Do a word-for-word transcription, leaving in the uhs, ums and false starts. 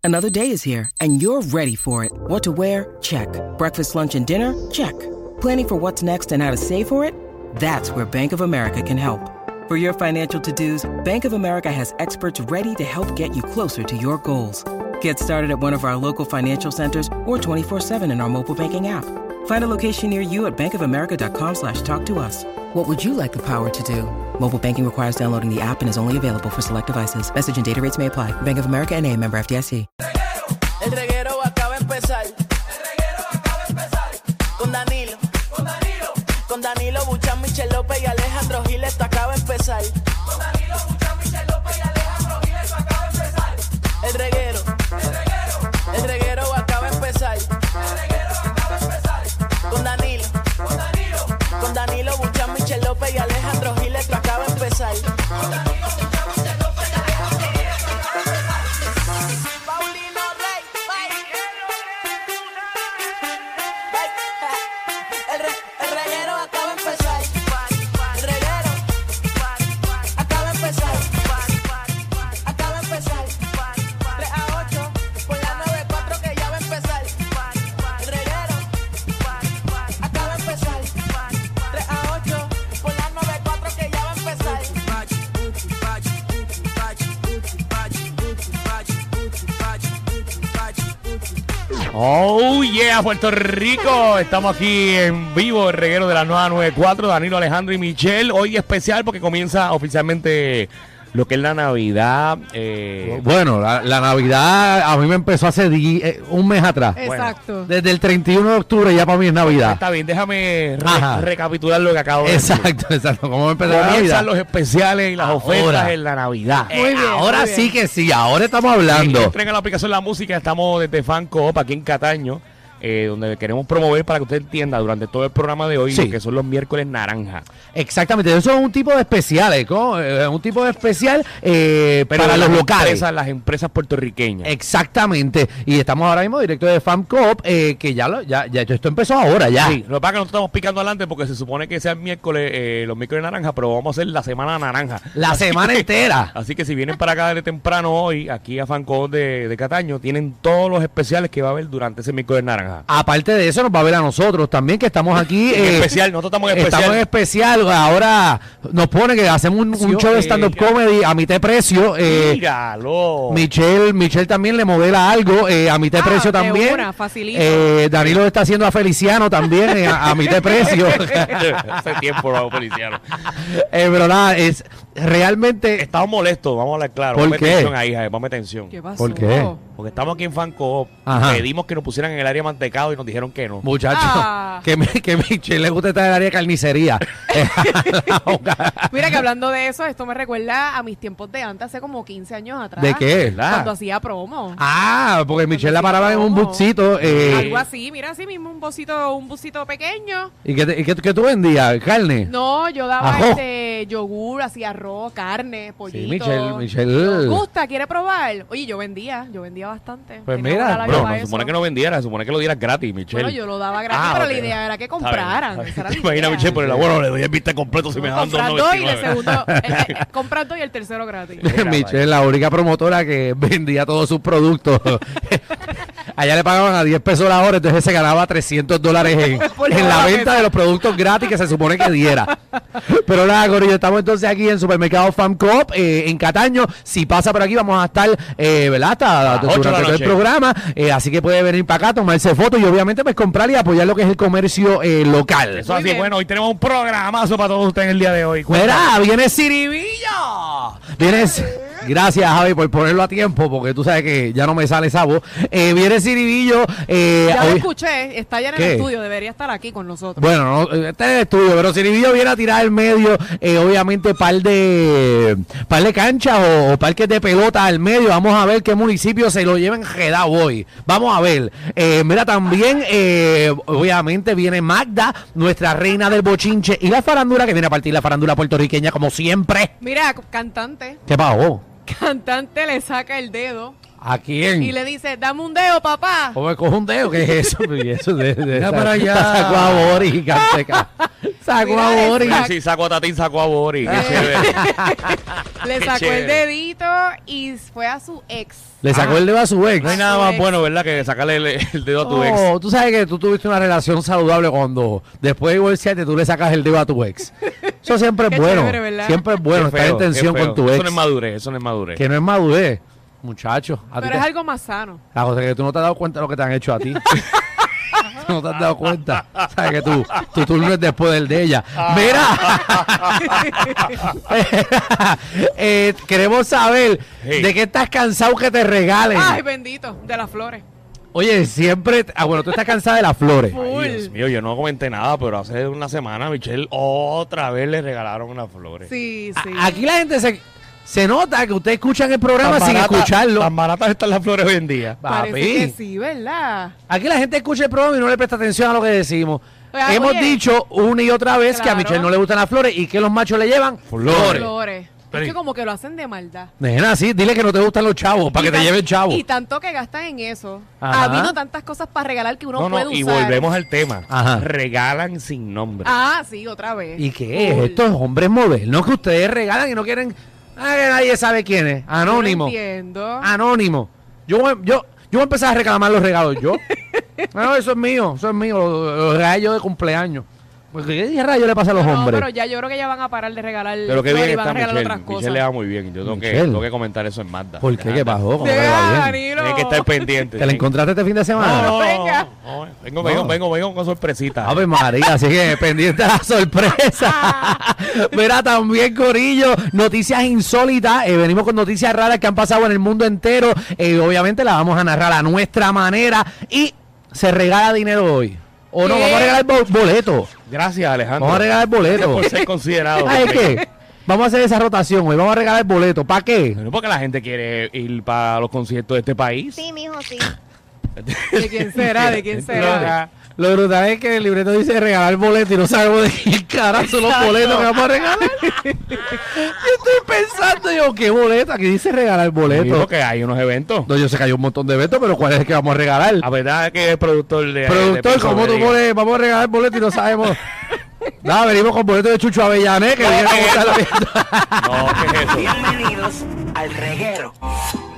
Another day is here, and you're ready for it. What to wear? Check. Breakfast, lunch, and dinner? Check. Planning for what's next and how to save for it? That's where Bank of America can help. For your financial to-dos, Bank of America has experts ready to help get you closer to your goals. Get started at one of our local financial centers or twenty-four seven in our mobile banking app. Find a location near you at bankofamerica.com slash talk to us. What would you like the power to do? Mobile banking requires downloading the app and is only available for select devices. Message and data rates may apply. Bank of America N A, member F D I C. El reguero acaba de empezar. El reguero acaba de empezar. Con Danilo. Con Danilo. Con Danilo Buchan, Michel López y Alejandro Giles, esto acaba de empezar. Con Danilo Buchan, Michel López y Alejandro Giles, esto acaba de empezar. El reguero. El reguero. El reguero acaba de empezar. El reguero acaba de empezar. Con Danilo. Con Danilo. Con Danilo Buchan, Michel López y Alejandro Giles, esto acaba de empezar. Con Danilo Buchan, Michel López y Alejandro Giles, esto acaba de empezar. Paulino Rey, el, re, el reguero acaba de empezar. El reguero acaba de empezar. Acaba de empezar. tres a ocho por la noventa y cuatro que ya va a empezar. El reguero acaba de empezar. tres a ocho por la noventa y cuatro que ya va a empezar. Oh yeah, Puerto Rico, estamos aquí en vivo, el reguero de la nueva noventa y cuatro, Danilo, Alejandro y Michelle. Hoy especial porque comienza oficialmente lo que es la Navidad. Eh, Bueno, la, la Navidad a mí me empezó hace di- eh, un mes atrás. Exacto. Desde el treinta y uno de octubre ya para mí es Navidad. Está bien, déjame re- Ajá. recapitular lo que acabo de decir. Exacto, exacto. ¿Cómo empezó la Navidad? Comienzan los especiales y las Ahora. ofertas en la Navidad. Eh, Muy bien, ahora muy bien. sí que sí, ahora estamos hablando. Entren a la aplicación La Música, estamos desde Fan Coop aquí en Cataño, eh, donde queremos promover para que usted entienda durante todo el programa de hoy Sí. lo que son los miércoles naranja. Exactamente, eso es un tipo de especiales, ¿no? Eh, un tipo de especial eh, Pero para las los locales. empresas, las empresas puertorriqueñas. Exactamente, y estamos ahora mismo directo de FAMCOP, eh, que ya, lo, ya, ya esto empezó ahora, ya. Sí, lo que pasa es que nosotros estamos picando adelante porque se supone que sea el miércoles, eh, los miércoles naranja, pero vamos a hacer la semana naranja. La Así semana que- entera. Así que si vienen para acá de temprano hoy, aquí a FanCo de, de Cataño, tienen todos los especiales que va a haber durante ese miércoles naranja. Aparte de eso, nos va a ver a nosotros también, que estamos aquí. En eh, especial, nosotros estamos en especial. Estamos en especial. Ahora nos pone que hacemos un, un show de stand-up Oiga. comedy a mitad de precio. Eh, Míralo. Michelle, Michelle también le modela algo eh, a mitad de Ah, precio de también. una, facilito. Eh, Danilo está haciendo a Feliciano también eh, a, a mitad de precio. Hace tiempo, vamos, policiano. Eh, pero nada, es realmente. Estamos molestos, vamos a hablar claro. ¿Por Ponme qué? atención ahí, Jaime, ponme atención. ¿Qué pasó? ¿Por qué? Porque estamos aquí en FanCo, Ajá. pedimos que nos pusieran en el área mantecado y nos dijeron que no. Muchachos, Ah. que, me- que Michelle le gusta estar en el área de carnicería. Mira que hablando de eso, esto me recuerda a mis tiempos de antes, hace como quince años atrás. ¿De qué? Cuando hacía promo. Ah, porque Michelle la paraba en un ¿Cómo? buscito. Eh, Algo así, mira, así mismo, un busito, un busito pequeño. ¿Y qué, te- y qué- qué tú vendías? ¿Carne? No, yo daba Ajo. este yogur, hacía arroz, carne, pollito. Michelle, Michelle. ¿Gusta? ¿Quiere probar? Oye, yo vendía, yo vendía bastante. Pues Tenía mira, una labia Bro, para no se eso. supone que no vendiera, se supone que lo dieras gratis, Michelle. Bueno, yo lo daba gratis, Ah, pero ok. la idea era que Está compraran. bien. Esa era la Imagina, idea. Michelle, por el abuelo le doy el viste completo si me dan dos Compras dos y el noventa y nueve. segundo, el- el- compras dos y el tercero gratis. Michelle, la única promotora que vendía todos sus productos. Allá le pagaban a diez pesos la hora, entonces se ganaba trescientos dólares en, Por en la la venta mesa. de los productos gratis que se supone que diera. Pero nada, Corillo, estamos entonces aquí en Supermercado FAMCOP, eh, en Cataño. Si pasa por aquí, vamos a estar, eh, ¿verdad? Hasta las ocho de la durante todo el noche. programa. Eh, así que puede venir para acá, tomarse fotos y obviamente pues comprar y apoyar lo que es el comercio eh, local. Eso Muy así, bien. bueno, hoy tenemos un programazo para todos ustedes en el día de hoy. Mira, viene Ciribillo. Vienes. Gracias, Javi, por ponerlo a tiempo, porque tú sabes que ya no me sale esa voz. Eh, viene Ciribillo. Eh, Ya lo hoy- escuché, está ya en ¿Qué? el estudio, debería estar aquí con nosotros. Bueno, no, este es el estudio, pero Ciribillo viene a tirar al medio, eh, obviamente, par de par de canchas o, o parques de pelota al medio. Vamos a ver qué municipio se lo lleva enredado hoy. Vamos a ver. Eh, mira, también, eh, obviamente, viene Magda, nuestra reina del bochinche, y la farándula, que viene a partir la farándula puertorriqueña, como siempre. Mira, cantante, ¿Qué pasó? cantante le saca el dedo ¿A quién? y le dice, dame un dedo, papá. ¿O me cojo un dedo? ¿Qué es eso? Y eso de, de- Mira sa- para allá. Sacó a Boris, canteca. Sacó Mira a Boris. esa. Sí, sí, saco a Tatín, saco a Bori. Qué Eh. chévere. Le Qué sacó chévere. el dedito y fue a su ex. Le sacó Ah. el dedo a su ex. No hay nada más bueno, ¿verdad? Que sacarle el, el dedo a tu ex. Oh, tú sabes que tú tuviste una relación saludable cuando después de divorciarte tú le sacas el dedo a tu ex. Eso siempre es Qué bueno. chévere, ¿verdad? Siempre es bueno Qué estar feo, en tensión qué feo. con tu ex. Eso no es madurez, eso no es madurez. Que no es madurez, muchacho. A ti Pero te- es algo más sano. La cosa es que tú no te has dado cuenta de lo que te han hecho a ti. Tú no te has dado cuenta. Sabes que tu, tu turno es después del de ella. Mira. Eh, queremos saber Hey. de qué estás cansado que te regalen. Ay, bendito, de las flores. Oye, siempre. Ah, bueno, tú estás cansada de las flores. Full. Dios mío, yo no comenté nada, pero hace una semana a Michelle otra vez le regalaron unas flores. Sí, sí. A- Aquí la gente se, se nota que ustedes escuchan el programa sin barata- escucharlo. Tan baratas están las flores hoy en día. Parece Papi. que sí, ¿verdad? Aquí la gente escucha el programa y no le presta atención a lo que decimos. Oye, Hemos oye. dicho una y otra vez que a Claro. Michelle no le gustan las flores y que los machos le llevan flores. Flores. Pero- Es que como que lo hacen de maldad. Nena, sí, dile que no te gustan los chavos para Y que te tan- lleven chavos. Y tanto que gastan en eso. Ajá. Habiendo tantas cosas para regalar que uno No, puede no, y usar. volvemos al tema. Ajá. Regalan sin nombre. Ah, sí, otra vez. ¿Y qué es? Full. Estos hombres modernos que ustedes regalan y no quieren. Ah, que nadie sabe quién es. Anónimo. No entiendo. Anónimo. Yo, voy- yo, yo voy a empezar a reclamar los regalos yo. No, eso es mío, eso es mío. Los, los regalos de cumpleaños. Porque ¿qué rayos le pasa a los No, no, hombres? pero ya yo creo que ya van a parar de regalar Pero qué flores bien y van está a regalar Michelle. otras Michelle cosas. le va muy bien. Yo tengo que, Michelle. tengo que comentar eso en Magda. ¿Por qué? ¿Qué pasó? ¿Cómo que le Deja, va bien? Danilo. Tienes que estar pendiente. ¿Te la encontraste este fin de semana? No, no, Venga. no, no. Vengo, vengo, No. vengo, vengo con sorpresita. Ave María, así que pendiente a la sorpresa. Mira, también, Corillo, noticias insólitas. Eh, venimos con noticias raras que han pasado en el mundo entero. Eh, obviamente las vamos a narrar a nuestra manera. Y se regala dinero hoy. O no, ¿Qué? vamos a regalar bol- boletos. Gracias, Alejandro. Vamos a regalar Gracias boletos. por ser considerado. ¿Sabes qué? Vamos a hacer esa rotación hoy. Vamos a regalar boletos. ¿Para qué? No porque la gente quiere ir para los conciertos de este país. Sí, mijo, sí. ¿De quién será? ¿De quién será? Lo brutal es que el libreto dice regalar boletos y no sabemos de qué carajo son los boletos que vamos a regalar. Yo estoy pensando, yo, ¿qué boleto? Aquí dice regalar Sí, boletos. porque hay unos eventos. No, yo sé que hay un montón de eventos, pero ¿cuál es el que vamos a regalar? La verdad es que es productor de. Productor, de ¿cómo tú personería. pones? Vamos a regalar boletos y no sabemos. Nada, venimos con boletos de Chucho Avellané, que viene a montar la fiesta. No, ¿qué es eso? Bienvenidos al reguero.